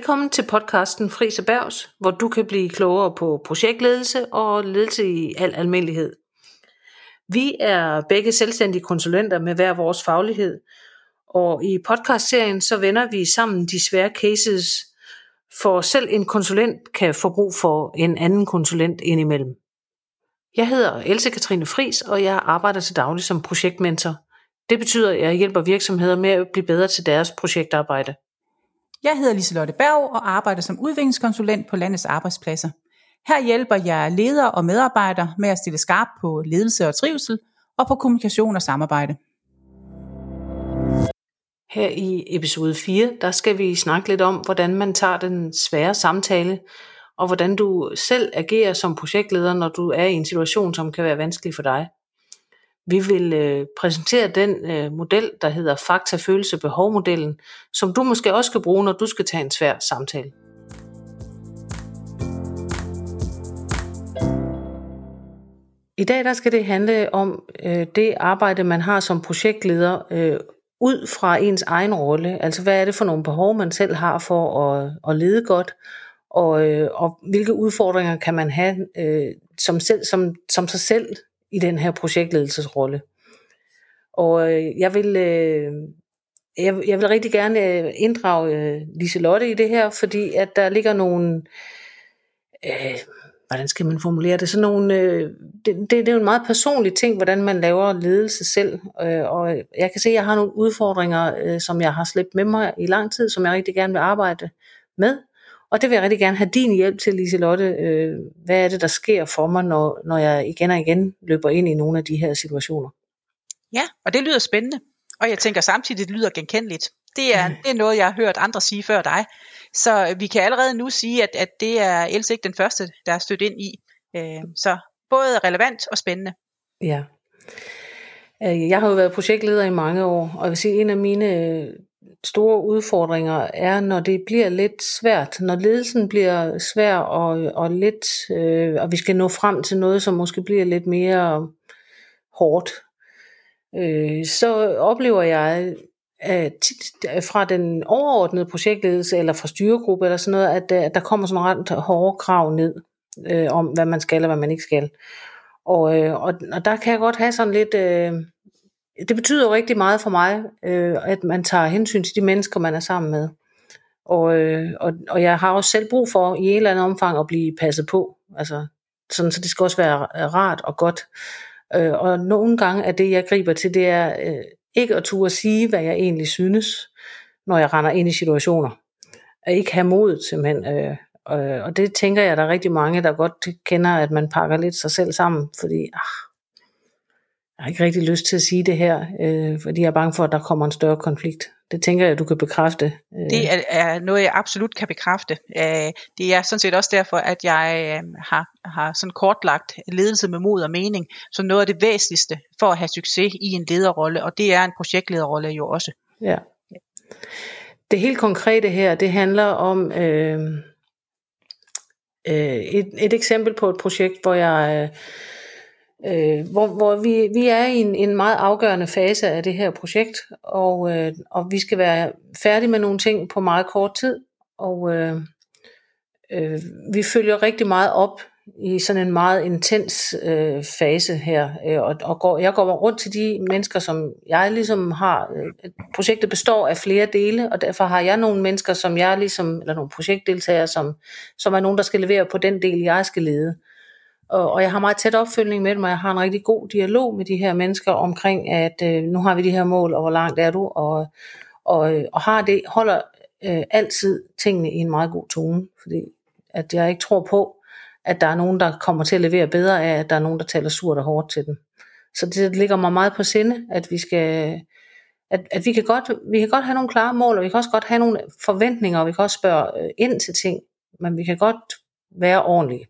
Velkommen til podcasten Friis Erhvervs, hvor du kan blive klogere på projektledelse og ledelse i al almindelighed. Vi er begge selvstændige konsulenter med hver vores faglighed, og i podcastserien så vender vi sammen de svære cases, for selv en konsulent kan få brug for en anden konsulent indimellem. Jeg hedder Else Katrine Friis, og jeg arbejder til daglig som projektmentor. Det betyder, at jeg hjælper virksomheder med at blive bedre til deres projektarbejde. Jeg hedder Liselotte Berg og arbejder som udviklingskonsulent på landets arbejdspladser. Her hjælper jeg ledere og medarbejdere med at stille skarp på ledelse og trivsel og på kommunikation og samarbejde. Her i episode 4, der skal vi snakke lidt om, hvordan man tager den svære samtale, og hvordan du selv agerer som projektleder, når du er i en situation, som kan være vanskelig for dig. Vi vil præsentere den model, der hedder fakta, følelse, behov-modellen, som du måske også skal bruge, når du skal tage en svær samtale. I dag der skal det handle om det arbejde, man har som projektleder ud fra ens egen rolle. Altså hvad er det for nogle behov, man selv har for at lede godt, og hvilke udfordringer kan man have som sig selv i den her projektledelsesrolle. Og jeg vil rigtig gerne inddrage Liselotte i det her, fordi at der ligger nogle, hvordan skal man formulere det, sådan nogle, det er jo en meget personlig ting, hvordan man laver ledelse selv, og jeg kan se, at jeg har nogle udfordringer, som jeg har slæbt med mig i lang tid, som jeg rigtig gerne vil arbejde med. Og det vil jeg rigtig gerne have din hjælp til, Liselotte. Hvad er det, der sker for mig, når jeg igen og igen løber ind i nogle af de her situationer? Ja, og det lyder spændende. Og jeg tænker samtidig, det lyder genkendeligt. Det er noget, jeg har hørt andre sige før dig. Så vi kan allerede nu sige, at det er Else ikke den første, der er stødt ind i. Så både relevant og spændende. Ja. Jeg har jo været projektleder i mange år, og jeg vil sige, en af mine store udfordringer er, når det bliver lidt svært, når ledelsen bliver svær og lidt, og vi skal nå frem til noget, som måske bliver lidt mere hårdt, så oplever jeg tit fra den overordnede projektledelse eller fra styregruppe eller sådan noget, at der kommer sådan ret hårde krav ned om, hvad man skal og hvad man ikke skal. Og der kan jeg godt have sådan lidt, det betyder jo rigtig meget for mig, at man tager hensyn til de mennesker, man er sammen med. Og jeg har også selv brug for i et eller andet omfang at blive passet på. Altså, sådan, så det skal også være rart og godt. Og nogle gange er det, jeg griber til, det er ikke at turde sige, hvad jeg egentlig synes, når jeg render ind i situationer. At ikke have mod simpelthen. Og det tænker jeg, der er rigtig mange, der godt kender, at man pakker lidt sig selv sammen, fordi jeg har ikke rigtig lyst til at sige det her, fordi jeg er bange for, at der kommer en større konflikt. Det tænker jeg, du kan bekræfte. Det er noget, jeg absolut kan bekræfte. Det er sådan set også derfor, at jeg har sådan kortlagt ledelse med mod og mening, som noget af det væsentligste for at have succes i en lederrolle, og det er en projektlederrolle jo også. Ja. Det helt konkrete her, det handler om et eksempel på et projekt, hvor jeg hvor vi er i en meget afgørende fase af det her projekt, og vi skal være færdige med nogle ting på meget kort tid, og vi følger rigtig meget op i sådan en meget intens fase her, jeg går rundt til de mennesker, som jeg ligesom har. Projektet består af flere dele, og derfor har jeg nogle mennesker, som jeg ligesom, eller nogle projektdeltagere, som er nogen, der skal levere på den del, jeg skal lede. Og jeg har meget tæt opfølgning med dem, og jeg har en rigtig god dialog med de her mennesker omkring, at nu har vi de her mål, og hvor langt er du, og holder altid tingene i en meget god tone, fordi at jeg ikke tror på, at der er nogen, der kommer til at levere bedre af, at der er nogen, der taler surt og hårdt til dem. Så det ligger mig meget på sinde, at vi kan godt have nogle klare mål, og vi kan også godt have nogle forventninger, og vi kan også spørge ind til ting, men vi kan godt være ordentlige.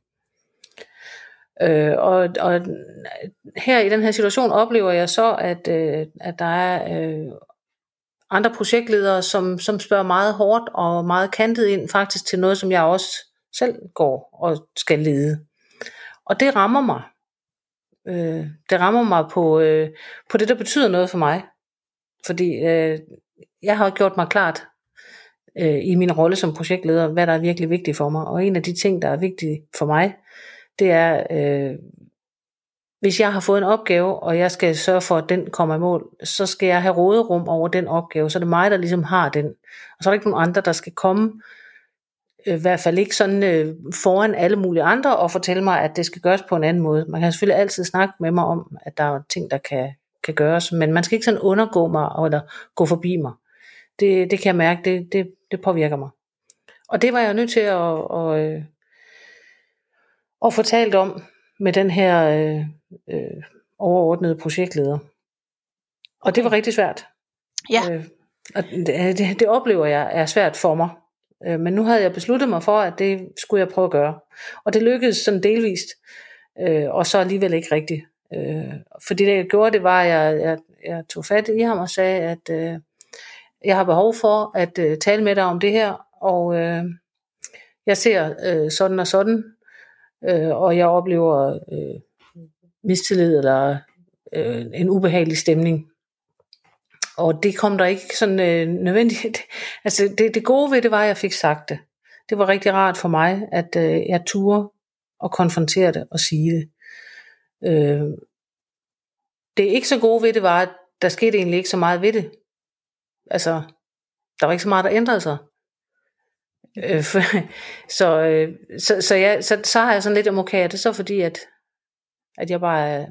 Og her i den her situation oplever jeg så, at der er andre projektledere, som spørger meget hårdt og meget kantet ind faktisk til noget, som jeg også selv går og skal lede. Og det rammer mig. Det rammer mig på det, der betyder noget for mig. Fordi jeg har gjort mig klart i min rolle som projektleder, hvad der er virkelig vigtigt for mig. Og en af de ting, der er vigtige for mig, det er, hvis jeg har fået en opgave, og jeg skal sørge for, at den kommer i mål, så skal jeg have råderum over den opgave, så det er mig, der ligesom har den. Og så er der ikke nogen andre, der skal komme, i hvert fald ikke sådan foran alle mulige andre, og fortælle mig, at det skal gøres på en anden måde. Man kan selvfølgelig altid snakke med mig om, at der er ting, der kan gøres, men man skal ikke sådan undergå mig, eller gå forbi mig. Det kan jeg mærke, det påvirker mig. Og det var jeg nødt til at få talt om med den her overordnede projektleder. Og det var rigtig svært. Ja. Og det oplever jeg er svært for mig. Men nu havde jeg besluttet mig for, at det skulle jeg prøve at gøre. Og det lykkedes sådan delvist, og så alligevel ikke rigtigt. Fordi det jeg gjorde, det var, at jeg tog fat i ham og sagde, at jeg har behov for at tale med dig om det her, og jeg ser sådan og sådan, og jeg oplever mistillid eller en ubehagelig stemning. Og det kom der ikke sådan nødvendigt. Altså det gode ved det var, at jeg fik sagt det. Det var rigtig rart for mig, at jeg turde og konfrontere det og sige det. Det ikke så gode ved det var, at der skete egentlig ikke så meget ved det. Altså, der var ikke så meget, der ændrede sig. Så har jeg sådan lidt om, okay, er det så fordi, at jeg bare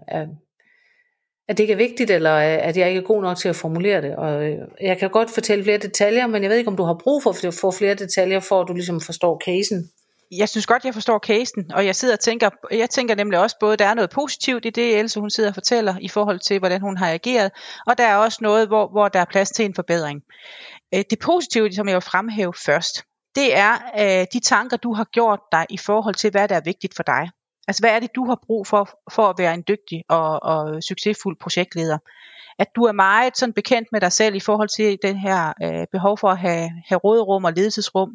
at det ikke er vigtigt, eller at jeg ikke er god nok til at formulere det. Og jeg kan godt fortælle flere detaljer, men jeg ved ikke, om du har brug for at få flere detaljer, for at du ligesom forstår casen. Jeg synes godt, jeg forstår casen, og jeg tænker nemlig også både, der er noget positivt i det, Else hun sidder og fortæller, i forhold til, hvordan hun har ageret, og der er også noget, hvor der er plads til en forbedring. Det positive, som jeg vil fremhæve først, det er de tanker, du har gjort dig i forhold til, hvad der er vigtigt for dig. Altså, hvad er det, du har brug for at være en dygtig og succesfuld projektleder? At du er meget sådan bekendt med dig selv i forhold til den her behov for at have råderum og ledelsesrum.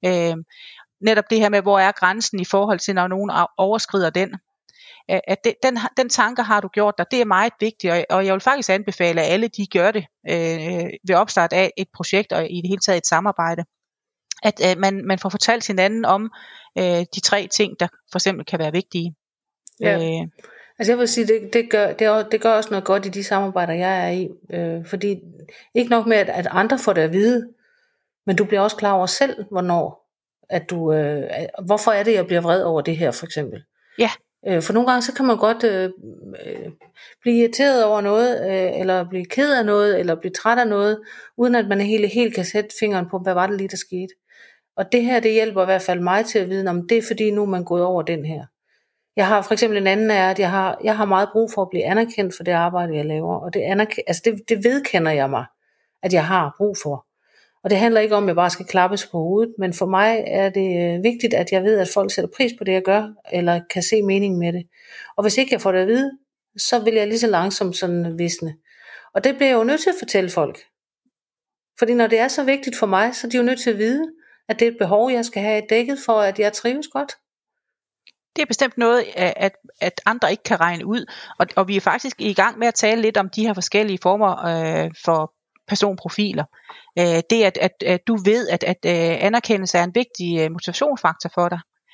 Netop det her med, hvor er grænsen i forhold til, når nogen overskrider den. At den tanker har du gjort dig, det er meget vigtigt, og jeg vil faktisk anbefale, at alle de gør det ved opstart af et projekt og i det hele taget et samarbejde. At man får fortalt hinanden om de 3 ting, der for eksempel kan være vigtige. Ja. Altså jeg vil sige, det gør også noget godt i de samarbejder, jeg er i. Fordi ikke nok med, at andre får det at vide, men du bliver også klar over selv, hvornår at du, hvorfor er det, jeg bliver vred over det her, for eksempel. Ja. For nogle gange, så kan man godt blive irriteret over noget, eller blive ked af noget, eller blive træt af noget, uden at man helt kan sætte fingeren på, hvad var det lige, der skete. Og det her, det hjælper i hvert fald mig til at vide, om det er fordi, nu er man gået over den her. Jeg har for eksempel en anden af, at jeg har meget brug for at blive anerkendt for det arbejde, jeg laver, og det vedkender jeg mig, at jeg har brug for. Og det handler ikke om, at jeg bare skal klappes på hovedet, men for mig er det vigtigt, at jeg ved, at folk sætter pris på det, jeg gør, eller kan se mening med det. Og hvis ikke jeg får det at vide, så vil jeg lige så langsomt sådan visne. Og det bliver jeg jo nødt til at fortælle folk. Fordi når det er så vigtigt for mig, så er de jo nødt til at vide, at det er et behov, jeg skal have dækket for, at jeg trives godt. Det er bestemt noget, at andre ikke kan regne ud, og vi er faktisk i gang med at tale lidt om de her forskellige former for personprofiler. Det at du ved, at anerkendelse er en vigtig motivationsfaktor for dig.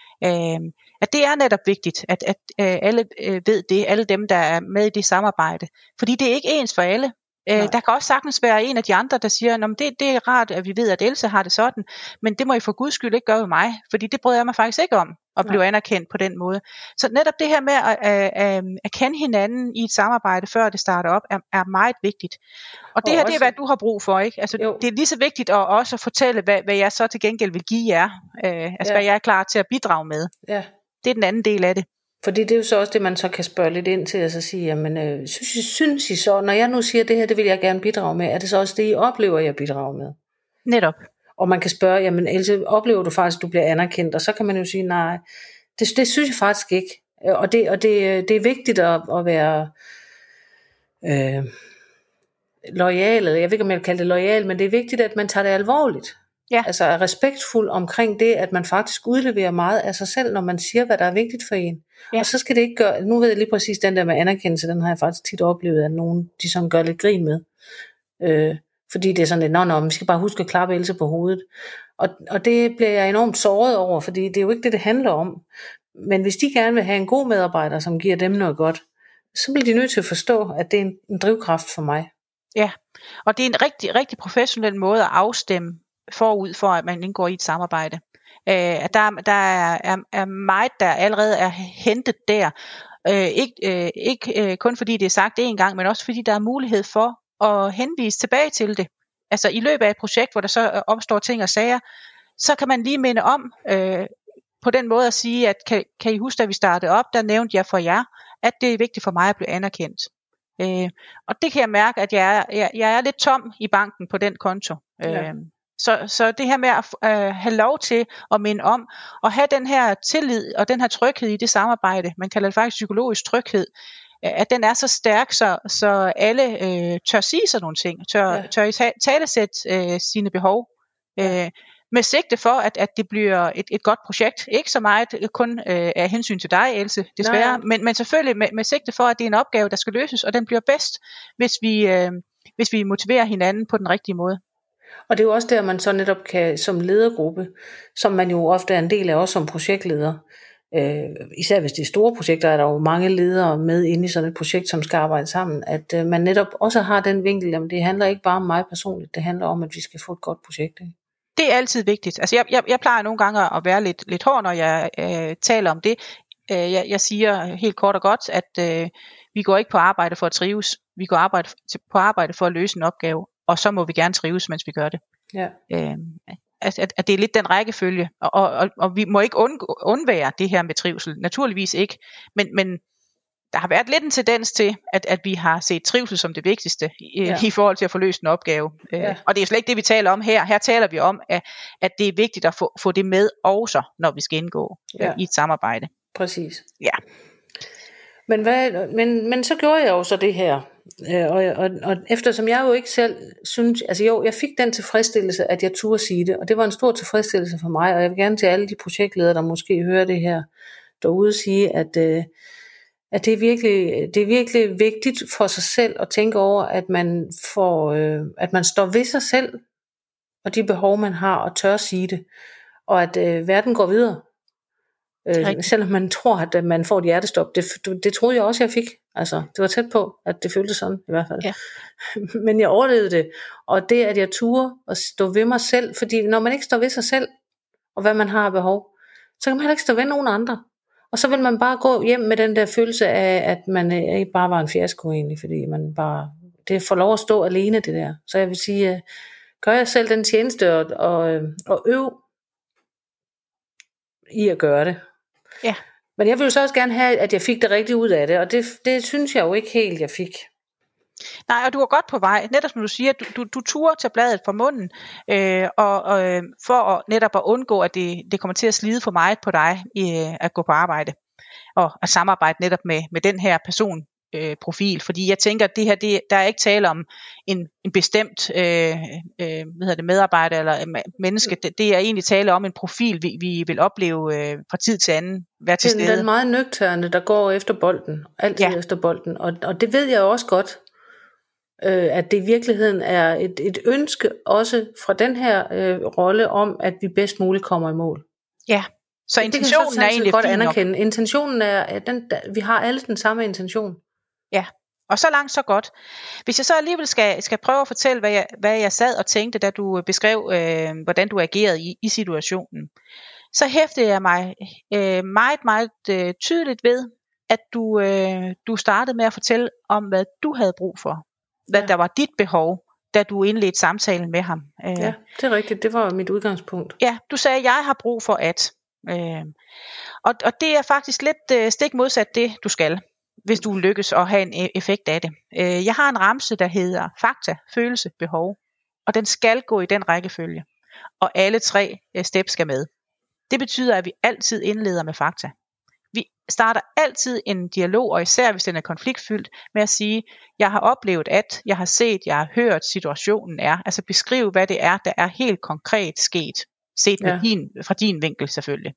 At det er netop vigtigt, at alle ved det, alle dem, der er med i det samarbejde. Fordi det er ikke ens for alle. Der kan også sagtens være en af de andre, der siger, det er rart, at vi ved, at Else har det sådan, men det må I for guds skyld ikke gøre ved mig, fordi det bryder jeg mig faktisk ikke om, at blive anerkendt på den måde. Så netop det her med at kende hinanden i et samarbejde, før det starter op, er meget vigtigt. Og det her, det er, hvad du har brug for, ikke? Altså, det er lige så vigtigt at også fortælle, hvad jeg så til gengæld vil give jer, hvad jeg er klar til at bidrage med. Ja. Det er den anden del af det. Fordi det er jo så også det, man så kan spørge lidt ind til, og så sige, jamen, synes I så, når jeg nu siger det her, det vil jeg gerne bidrage med, er det så også det, I oplever, jeg bidrager med? Netop. Og man kan spørge, jamen Else, oplever du faktisk, at du bliver anerkendt? Og så kan man jo sige, nej, det synes jeg faktisk ikke. Og det er vigtigt at være loyal, eller jeg ved ikke, om jeg vil kalde det loyal, men det er vigtigt, at man tager det alvorligt. Ja. Altså er respektfuld omkring det, at man faktisk udleverer meget af sig selv, når man siger, hvad der er vigtigt for en. Ja. Og så skal det ikke gøre, nu ved jeg lige præcis den der med anerkendelse, den har jeg faktisk tit oplevet, at nogen, de sådan gør lidt grin med. Fordi det er sådan lidt, vi skal bare huske at klappe Else på hovedet. Og det bliver jeg enormt såret over, fordi det er jo ikke det handler om. Men hvis de gerne vil have en god medarbejder, som giver dem noget godt, så bliver de nødt til at forstå, at det er en drivkraft for mig. Ja, og det er en rigtig, rigtig professionel måde at afstemme forud for, at man indgår i et samarbejde. Der er meget, der allerede er hentet der. Ikke kun fordi det er sagt én gang, men også fordi der er mulighed for at henvise tilbage til det. Altså i løbet af et projekt, hvor der så opstår ting og sager, så kan man lige minde om på den måde at sige, at kan I huske, da vi startede op, der nævnte jeg for jer, at det er vigtigt for mig at blive anerkendt. Og det kan jeg mærke, at jeg er lidt tom i banken på den konto. Ja. Så det her med at have lov til at minde om, og have den her tillid og den her tryghed i det samarbejde, man kalder det faktisk psykologisk tryghed, at den er så stærk, så alle tør sige sådan nogle ting, tør talesætte sine behov, med sigte for, at det bliver et godt projekt. Ikke så meget kun af hensyn til dig, Else, desværre, men selvfølgelig med sigte for, at det er en opgave, der skal løses, og den bliver bedst, hvis vi motiverer hinanden på den rigtige måde. Og det er jo også der, man så netop kan, som ledergruppe, som man jo ofte er en del af også som projektleder, især hvis det er store projekter, er der jo mange ledere med inde i sådan et projekt, som skal arbejde sammen, at man netop også har den vinkel, at det handler ikke bare om mig personligt, det handler om, at vi skal få et godt projekt. Ikke? Det er altid vigtigt. Altså jeg plejer nogle gange at være lidt hård, når jeg taler om det. Jeg siger helt kort og godt, at vi går ikke på arbejde for at trives, vi går på arbejde for at løse en opgave, og så må vi gerne trives, mens vi gør det. Ja. At det er lidt den rækkefølge, og vi må ikke undvære det her med trivsel, naturligvis ikke, men der har været lidt en tendens til, at vi har set trivsel som det vigtigste i forhold til at få løst en opgave. Og det er slet ikke det, vi taler om her. Her taler vi om, at det er vigtigt at få det med også, når vi skal indgå i et samarbejde. Præcis. Ja. Men så gjorde jeg jo så det her, og eftersom jeg jo ikke selv synes, altså jeg fik den tilfredsstillelse, at jeg turde sige det, og det var en stor tilfredsstillelse for mig, og jeg vil gerne til alle de projektledere, der måske hører det her derude, sige, at det er virkelig vigtigt for sig selv at tænke over, at man at man står ved sig selv og de behov man har, og tør sige det, og at verden går videre. Selvom man tror, at man får et hjertestop. Det troede jeg også, jeg fik. Altså, det var tæt på, at det føltes sådan i hvert fald. Ja. Men jeg overlevede det. Og det, at jeg turde at stå ved mig selv, fordi når man ikke står ved sig selv, og hvad man har af behov, så kan man heller ikke stå ved nogen andre. Og så vil man bare gå hjem med den der følelse af, at man ikke bare var en fiasko egentlig, fordi man bare, det får lov at stå alene det der. Så jeg vil sige, gør jeg selv den tjeneste og øv i at gøre det. Ja. Men jeg vil jo så også gerne have, at jeg fik det rigtigt ud af det, og det synes jeg jo ikke helt, jeg fik. Nej, og du var godt på vej. Netop som du siger, du turde tage bladet fra munden, for netop at undgå, at det kommer til at slide for meget på dig at gå på arbejde, og at samarbejde netop med den her personprofil. Fordi jeg tænker, at det her, der er ikke tale om en bestemt medarbejder eller menneske. Det er egentlig tale om en profil, vi vil opleve fra tid til anden. Være til stede. Den meget nøgterne, der går efter bolden. Altid efter bolden. Og det ved jeg jo også godt, at det i virkeligheden er et ønske også fra den her rolle om, at vi bedst muligt kommer i mål. Ja, så intentionen er egentlig godt anerkende. Nok. Intentionen er, at vi har alle den samme intention. Ja, og så langt så godt. Hvis jeg så alligevel skal prøve at fortælle, hvad jeg sad og tænkte, da du beskrev, hvordan du agerede i situationen, så hæftede jeg mig meget, meget tydeligt ved, at du startede med at fortælle om, hvad du havde brug for. Hvad der var dit behov, da du indledte samtalen med ham. Ja, det er rigtigt. Det var mit udgangspunkt. Ja, du sagde, at jeg har brug for at. Og det er faktisk lidt stik modsat det, du skal, hvis du lykkes at have en effekt af det. Jeg har en ramse, der hedder fakta, følelse, behov. Og den skal gå i den rækkefølge. Og alle 3 steps skal med. Det betyder, at vi altid indleder med fakta. Vi starter altid en dialog, og især hvis den er konfliktfyldt, med at sige, jeg har oplevet at, jeg har set, jeg har hørt, situationen er. Altså beskrive, hvad det er, der er helt konkret sket. Set med fra din vinkel selvfølgelig.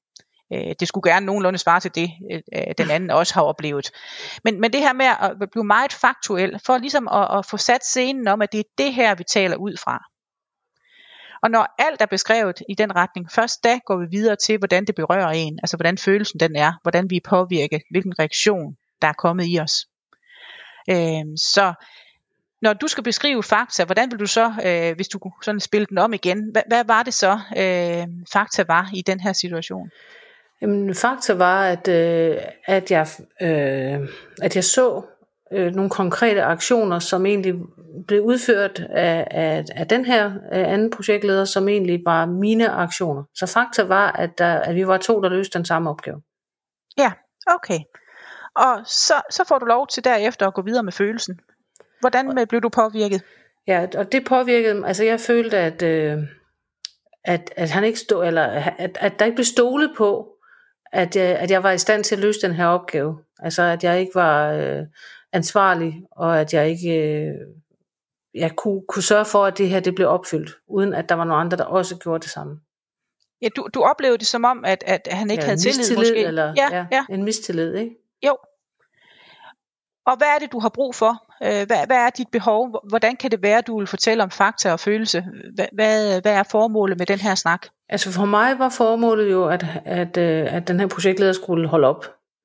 Det skulle gerne nogenlunde svare til det, den anden også har oplevet. Men det her med at blive meget faktuel, for ligesom at få sat scenen om, at det er det her, vi taler ud fra. Og når alt er beskrevet i den retning, først da går vi videre til, hvordan det berører en, altså hvordan følelsen den er, hvordan vi er påvirket, hvilken reaktion der er kommet i os. Så når du skal beskrive fakta, hvordan vil du så, hvis du kunne sådan spille den om igen, hvad var det så, fakta var i den her situation? Jamen, fakta var, at jeg så nogle konkrete aktioner, som egentlig blev udført af den her anden projektleder, som egentlig var mine aktioner. Så fakta var, at vi var 2, der løste den samme opgave. Ja, okay. Og så får du lov til derefter at gå videre med følelsen. Hvordan blev du påvirket? Ja, og det påvirkede, altså jeg følte, at han ikke stod, eller at der ikke blev stolet på, at jeg var i stand til at løse den her opgave. Altså at jeg ikke var ansvarlig, og at jeg ikke jeg kunne sørge for, at det her det blev opfyldt, uden at der var nogle andre, der også gjorde det samme. Ja, du oplevede det som om, at han ikke havde tillid måske? Eller, ja, en mistillid, ikke? Jo. Og hvad er det, du har brug for? Hvad er dit behov? Hvordan kan det være, at du vil fortælle om fakta og følelse? Hvad er formålet med den her snak? Altså for mig var formålet jo, at den her projektleder skulle holde op.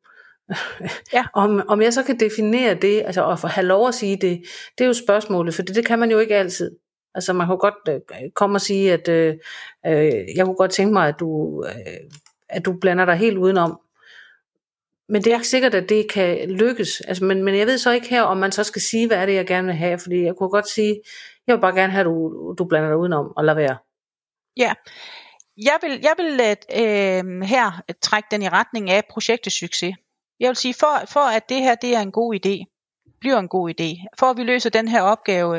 Ja. Om jeg så kan definere det, altså at have lov at sige det, det er jo spørgsmålet, for det kan man jo ikke altid. Altså man kan godt komme og sige, at jeg kunne godt tænke mig, at du blander dig helt udenom. Men det er ikke sikkert, at det kan lykkes. Altså, men jeg ved så ikke her, om man så skal sige, hvad er det, jeg gerne vil have. Fordi jeg kunne godt sige, jeg vil bare gerne have, at du blander dig udenom og lad være. Ja, jeg vil her trække den i retning af projektets succes. Jeg vil sige, for at det her det er en god idé, bliver en god idé, for at vi løser den her opgave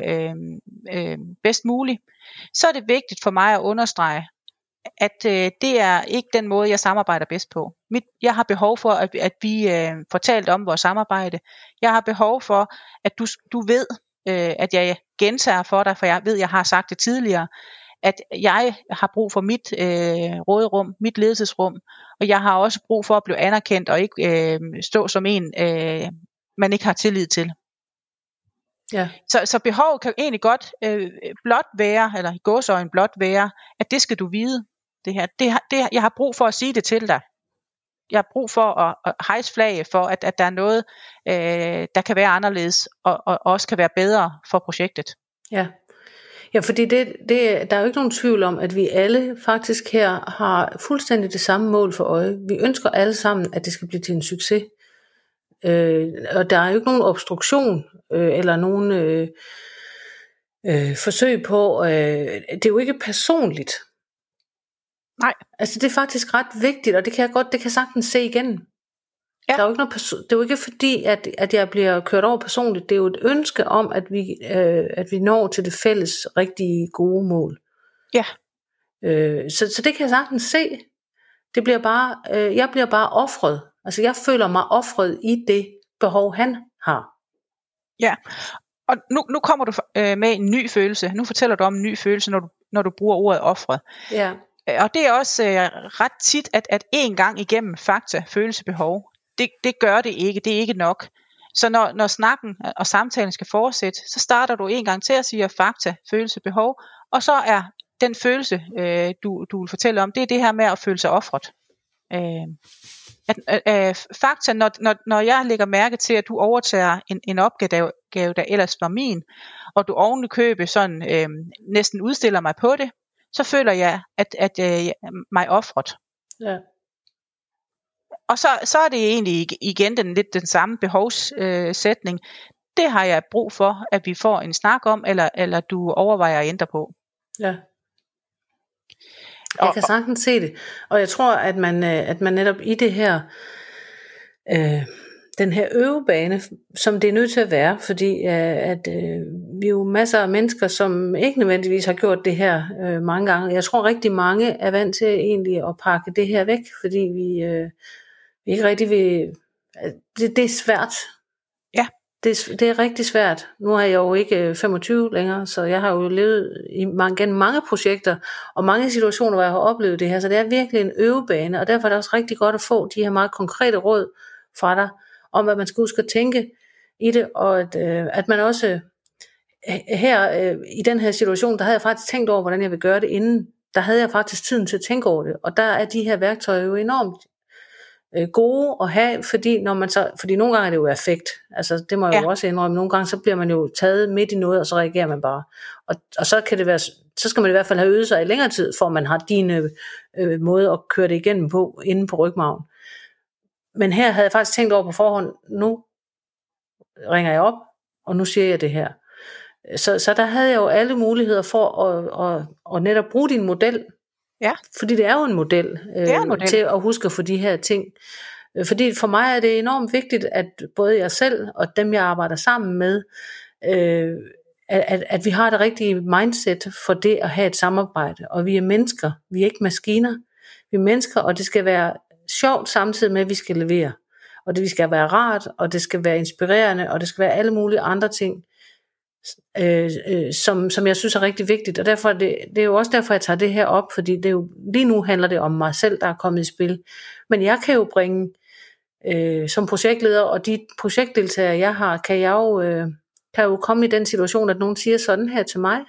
bedst muligt, så er det vigtigt for mig at understrege, at det er ikke den måde, jeg samarbejder bedst på. Jeg har behov for, at vi får talt om vores samarbejde. Jeg har behov for, at du ved, at jeg gentager for dig, for jeg ved, jeg har sagt det tidligere, at jeg har brug for mit råderum, mit ledelsesrum, og jeg har også brug for at blive anerkendt og ikke stå som en, man ikke har tillid til. Ja. Så behovet kan egentlig godt blot være, eller i gåseøjne blot være, at det skal du vide. Jeg har brug for at sige det til dig. Jeg har brug for at hejse flaget for, at der er noget, der kan være anderledes, og også kan være bedre for projektet. Ja, fordi der er jo ikke nogen tvivl om, at vi alle faktisk her har fuldstændig det samme mål for øje. Vi ønsker alle sammen, at det skal blive til en succes. Og der er jo ikke nogen obstruktion, eller nogen forsøg på, det er jo ikke personligt. Nej. Altså det er faktisk ret vigtigt, og det kan jeg sagtens se igen. Ja. Der er jo ikke noget det er jo ikke fordi, at jeg bliver kørt over personligt. Det er jo et ønske om, at vi når til det fælles rigtig gode mål. Ja. Så det kan jeg sagtens se. Det bliver bare, jeg bliver bare ofret. Altså jeg føler mig ofret i det behov, han har. Ja, og nu kommer du med en ny følelse. Nu fortæller du om en ny følelse, når du bruger ordet ofret. Ja. Og det er også ret tit, at en gang igennem fakta, følelse, behov, det gør det ikke. Det er ikke nok. Så når snakken og samtalen skal fortsætte, så starter du en gang til at sige fakta, følelse, behov, og så er den følelse, du vil fortælle om, det er det her med at føle sig ofret. Fakta, når jeg lægger mærke til, at du overtager en opgave, der ellers var min, og du ovenikøbet sådan næsten udstiller mig på det, så føler jeg, at mig ofret. Ja. Og så er det egentlig igen lidt den samme behovssætning. Det har jeg brug for, at vi får en snak om, eller du overvejer at ændre på. Ja. Jeg kan sagtens se det. Og jeg tror, at man netop i det her, den her øvebane, som det er nødt til at være, fordi vi er jo masser af mennesker, som ikke nødvendigvis har gjort det her mange gange. Jeg tror rigtig mange er vant til egentlig at pakke det her væk, fordi vi ikke rigtig vil. Det er svært. Ja. Det er rigtig svært. Nu er jeg jo ikke 25 længere, så jeg har jo levet gennem mange projekter, og mange situationer, hvor jeg har oplevet det her, så det er virkelig en øvebane, og derfor er det også rigtig godt at få de her meget konkrete råd fra dig, om at man skal huske at tænke i det, og at man også her i den her situation, der havde jeg faktisk tænkt over, hvordan jeg vil gøre det inden. Der havde jeg faktisk tiden til at tænke over det, og der er de her værktøjer jo enormt gode at have, fordi nogle gange er det jo affekt, altså det må jeg jo også indrømme, nogle gange så bliver man jo taget midt i noget, og så reagerer man bare, og så kan det være, så skal man i hvert fald have øvet sig i længere tid, for man har din måde at køre det igennem på, inde på rygmarven. Men her havde jeg faktisk tænkt over på forhånd, nu ringer jeg op, og nu siger jeg det her. Så der havde jeg jo alle muligheder for at netop bruge din model. Ja. Fordi det er jo en model, til at huske at få de her ting. Fordi for mig er det enormt vigtigt, at både jeg selv og dem, jeg arbejder sammen med, at vi har det rigtige mindset for det at have et samarbejde. Og vi er mennesker, vi er ikke maskiner. Vi er mennesker, og det skal være sjovt samtidig med, at vi skal levere. Og det skal være rart, og det skal være inspirerende, og det skal være alle mulige andre ting, som jeg synes er rigtig vigtigt, og derfor det er jo også derfor jeg tager det her op, fordi det er jo, lige nu handler det om mig selv, der er kommet i spil, men jeg kan jo bringe som projektleder, og de projektdeltagere jeg har, kan jo komme i den situation, at nogen siger sådan her til mig,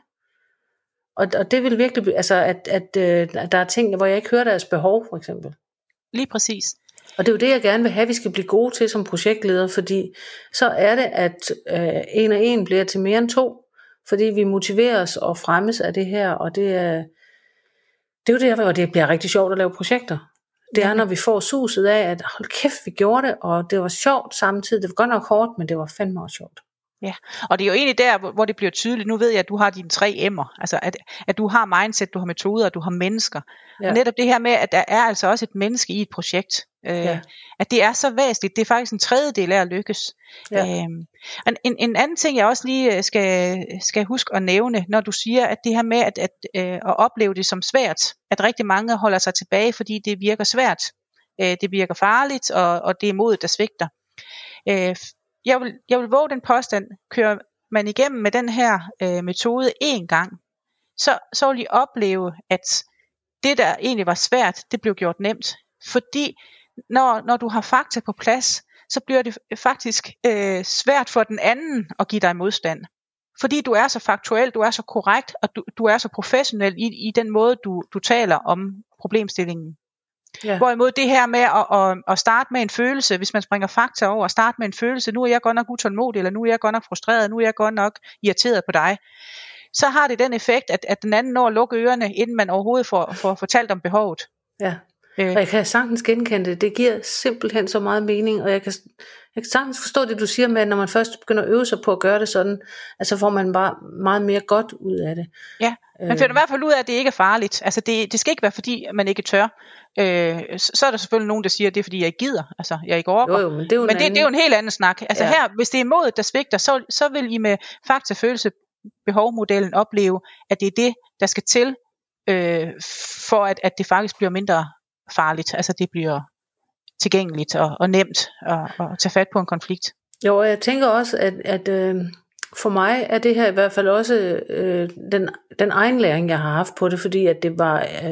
og det vil virkelig, altså at der er ting, hvor jeg ikke hører deres behov, for eksempel. Lige præcis. Og det er jo det, jeg gerne vil have, vi skal blive gode til som projektleder, fordi så er det, at 1 og 1 bliver til mere end 2, fordi vi motiveres og fremmes af det her, og det er jo det, hvor det bliver rigtig sjovt at lave projekter. Det er, når vi får suset af, at hold kæft, vi gjorde det, og det var sjovt samtidig. Det var godt nok hårdt, men det var fandme også sjovt. Ja, og det er jo egentlig der, hvor det bliver tydeligt. Nu ved jeg, at du har dine 3 M'er. Altså, at du har mindset, du har metoder, du har mennesker. Ja. Og netop det her med, at der er altså også et menneske i et projekt. At det er så væsentligt. Det er faktisk en tredjedel af at lykkes. Ja. En anden ting, jeg også lige skal huske at nævne, når du siger, at det her med at opleve det som svært, at rigtig mange holder sig tilbage, fordi det virker svært. Det virker farligt, og det er modet, der svigter. Jeg vil våge den påstand, kører man igennem med den her metode en gang, så vil I opleve, at det der egentlig var svært, det blev gjort nemt. Fordi når du har fakta på plads, så bliver det faktisk svært for den anden at give dig modstand. Fordi du er så faktuel, du er så korrekt, og du er så professionel i den måde, du taler om problemstillingen. Ja. Hvorimod det her med at starte med en følelse, hvis man springer fakta over, og starte med en følelse, nu er jeg godt nok utålmodig, eller nu er jeg godt nok frustreret, nu er jeg godt nok irriteret på dig, så har det den effekt, at den anden når at lukke ørerne, inden man overhovedet får fortalt om behovet. Ja, og jeg kan sagtens genkende det. Det giver simpelthen så meget mening, og jeg kan sagtens forstå det, du siger med, at når man først begynder at øve sig på at gøre det sådan, altså får man bare meget mere godt ud af det. Ja, man finder i hvert fald ud af, at det ikke er farligt. Altså det skal ikke være, fordi man ikke tør. Så er der selvfølgelig nogen, der siger, at det er, fordi jeg ikke gider. Altså, jeg ikke orker. Jo, men det er jo en helt anden snak. Altså her, hvis det er modet, der svigter, så vil I med fakta-følelse-behovmodellen opleve, at det er det, der skal til, for at det faktisk bliver mindre farligt. Altså det bliver tilgængeligt og nemt at tage fat på en konflikt. Jo, og jeg tænker også, at for mig er det her i hvert fald også den egen læring, jeg har haft på det, fordi at det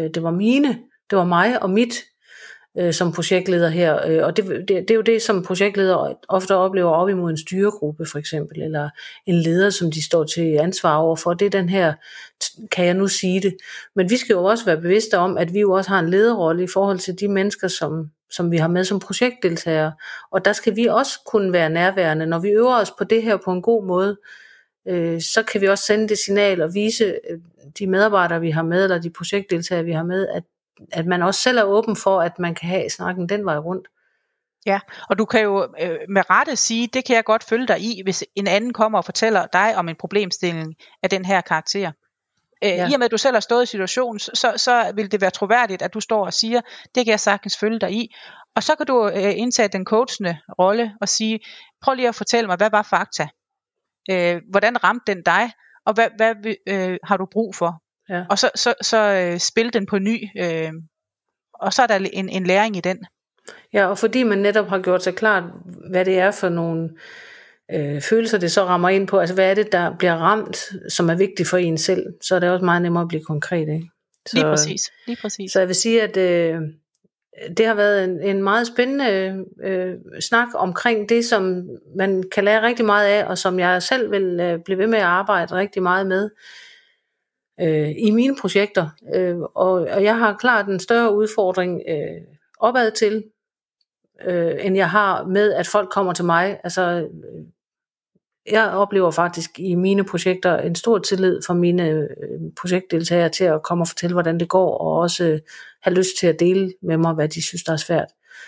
var mig og mit som projektleder her, og det er jo det, som projektleder ofte oplever op imod en styregruppe for eksempel, eller en leder, som de står til ansvar overfor. Det er den her, kan jeg nu sige det, men vi skal jo også være bevidste om, at vi jo også har en lederrolle i forhold til de mennesker, som vi har med som projektdeltagere, og der skal vi også kunne være nærværende. Når vi øver os på det her på en god måde, så kan vi også sende det signal og vise de medarbejdere, vi har med, eller de projektdeltagere, vi har med, at man også selv er åben for, at man kan have snakken den vej rundt. Ja, og du kan jo med rette sige, det kan jeg godt følge dig i, hvis en anden kommer og fortæller dig om en problemstilling af den her karakter. I og med at du selv har stået i situationen, så vil det være troværdigt, at du står og siger, det kan jeg sagtens følge dig i. Og så kan du indtage den coachende rolle og sige, prøv lige at fortælle mig, hvad var fakta? Hvordan ramte den dig? Og hvad har du brug for? Ja. Og så spil den på ny, og så er der en læring i den. Ja, og fordi man netop har gjort sig klart, hvad det er for nogle følelser det så rammer ind på, altså hvad er det, der bliver ramt, som er vigtigt for en selv, så er det også meget nemmere at blive konkret, ikke? Så, Lige præcis. Så jeg vil sige, at det har været en meget spændende snak omkring det, som man kan lære rigtig meget af, og som jeg selv vil blive ved med at arbejde rigtig meget med i mine projekter. Og jeg har klart en større udfordring opad til, end jeg har med, at folk kommer til mig. Altså, jeg oplever faktisk i mine projekter en stor tillid fra mine projektdeltagere til at komme og fortælle, hvordan det går, og også have lyst til at dele med mig, hvad de synes, der er svært.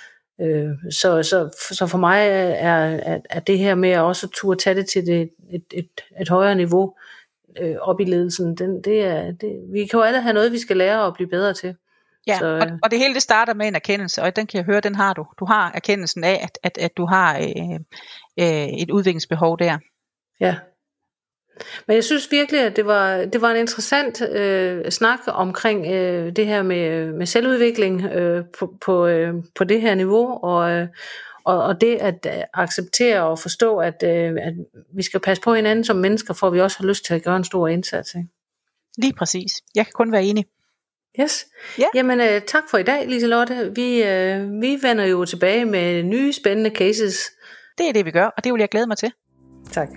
Så for mig er det her med at også turde tage det til et højere niveau op i ledelsen, vi kan jo alle have noget, vi skal lære og blive bedre til. Ja, og det hele det starter med en erkendelse, og den kan jeg høre, den har du. Du har erkendelsen af, at du har et udviklingsbehov der. Ja. Men jeg synes virkelig, at det var en interessant snak omkring det her med selvudvikling på det her niveau, og det at acceptere og forstå, at vi skal passe på hinanden som mennesker, for vi også har lyst til at gøre en stor indsats. Ikke? Lige præcis. Jeg kan kun være enig. Yes. Yeah. Jamen tak for i dag, Liselotte. Vi vender jo tilbage med nye spændende cases. Det er det, vi gør, og det vil jeg glæde mig til. Tak.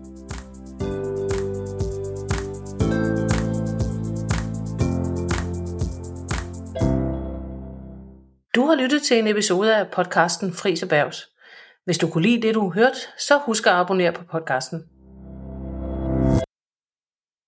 Du har lyttet til en episode af podcasten Friis Erhvervs. Hvis du kunne lide det, du hørte, så husk at abonnere på podcasten.